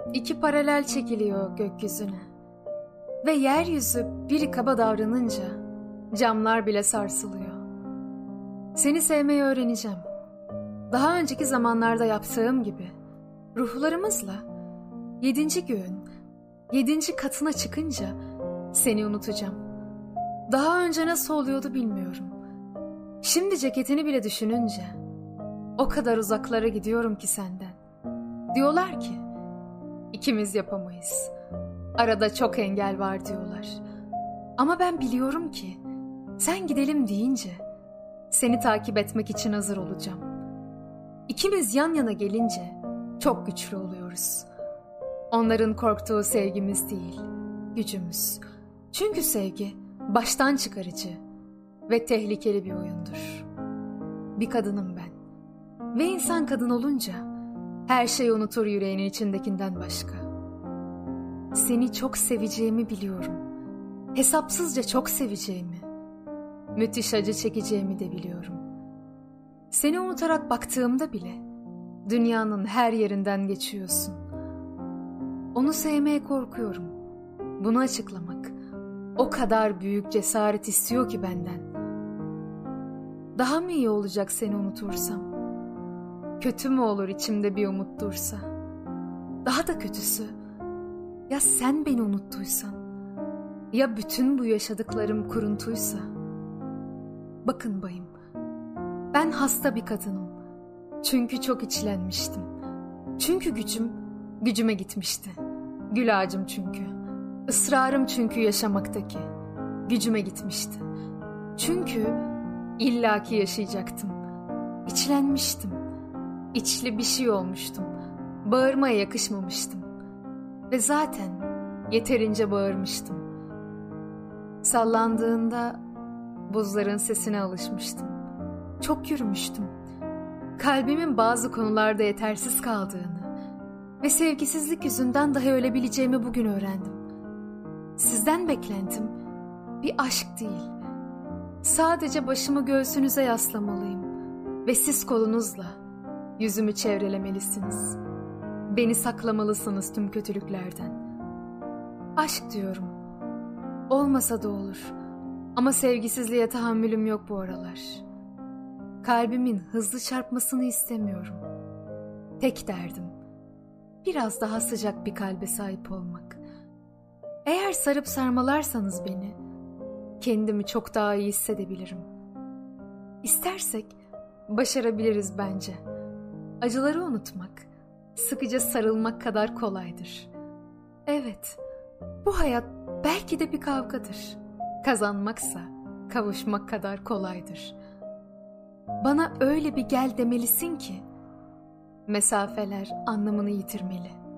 İki paralel çekiliyor gökyüzüne. Ve yeryüzü biri kaba davranınca camlar bile sarsılıyor. Seni sevmeyi öğreneceğim. Daha önceki zamanlarda yaptığım gibi ruhlarımızla 7. göğün 7. katına çıkınca seni unutacağım. Daha önce nasıl oluyordu bilmiyorum. Şimdi ceketini bile düşününce o kadar uzaklara gidiyorum ki senden. Diyorlar ki ikimiz yapamayız. Arada çok engel var diyorlar. Ama ben biliyorum ki sen gidelim deyince seni takip etmek için hazır olacağım. İkimiz yan yana gelince çok güçlü oluyoruz. Onların korktuğu sevgimiz değil, gücümüz. Çünkü sevgi baştan çıkarıcı ve tehlikeli bir oyundur. Bir kadınım ben. Ve insan kadın olunca her şeyi unutur yüreğinin içindekinden başka. Seni çok seveceğimi biliyorum. Hesapsızca çok seveceğimi, müthiş acı çekeceğimi de biliyorum. Seni unutarak baktığımda bile dünyanın her yerinden geçiyorsun. Onu sevmeye korkuyorum. Bunu açıklamak o kadar büyük cesaret istiyor ki benden. Daha mı iyi olacak seni unutursam? Kötü mü olur içimde bir umut dursa? Daha da kötüsü, ya sen beni unuttuysan? Ya bütün bu yaşadıklarım kuruntuysa? Bakın bayım, ben hasta bir kadınım. Çünkü çok içlenmiştim. Çünkü gücüme gitmişti. Gül ağacım çünkü. Israrım çünkü yaşamaktaki. Gücüme gitmişti. Çünkü illaki yaşayacaktım. İçlenmiştim. İçli bir şey olmuştum. Bağırmaya yakışmamıştım. Ve zaten yeterince bağırmıştım. Sallandığında buzların sesine alışmıştım. Çok yürümüştüm. Kalbimin bazı konularda yetersiz kaldığını ve sevgisizlik yüzünden dahi ölebileceğimi bugün öğrendim. Sizden beklentim bir aşk değil. Sadece başımı göğsünüze yaslamalıyım ve siz kolunuzla yüzümü çevrelemelisiniz. Beni saklamalısınız tüm kötülüklerden. Aşk diyorum. Olmasa da olur. Ama sevgisizliğe tahammülüm yok bu aralar. Kalbimin hızlı çarpmasını istemiyorum. Tek derdim biraz daha sıcak bir kalbe sahip olmak. Eğer sarıp sarmalarsanız beni, kendimi çok daha iyi hissedebilirim. İstersek başarabiliriz bence. Acıları unutmak, sıkıca sarılmak kadar kolaydır. Evet, bu hayat belki de bir kavgadır. Kazanmaksa kavuşmak kadar kolaydır. Bana öyle bir gel demelisin ki mesafeler anlamını yitirmeli.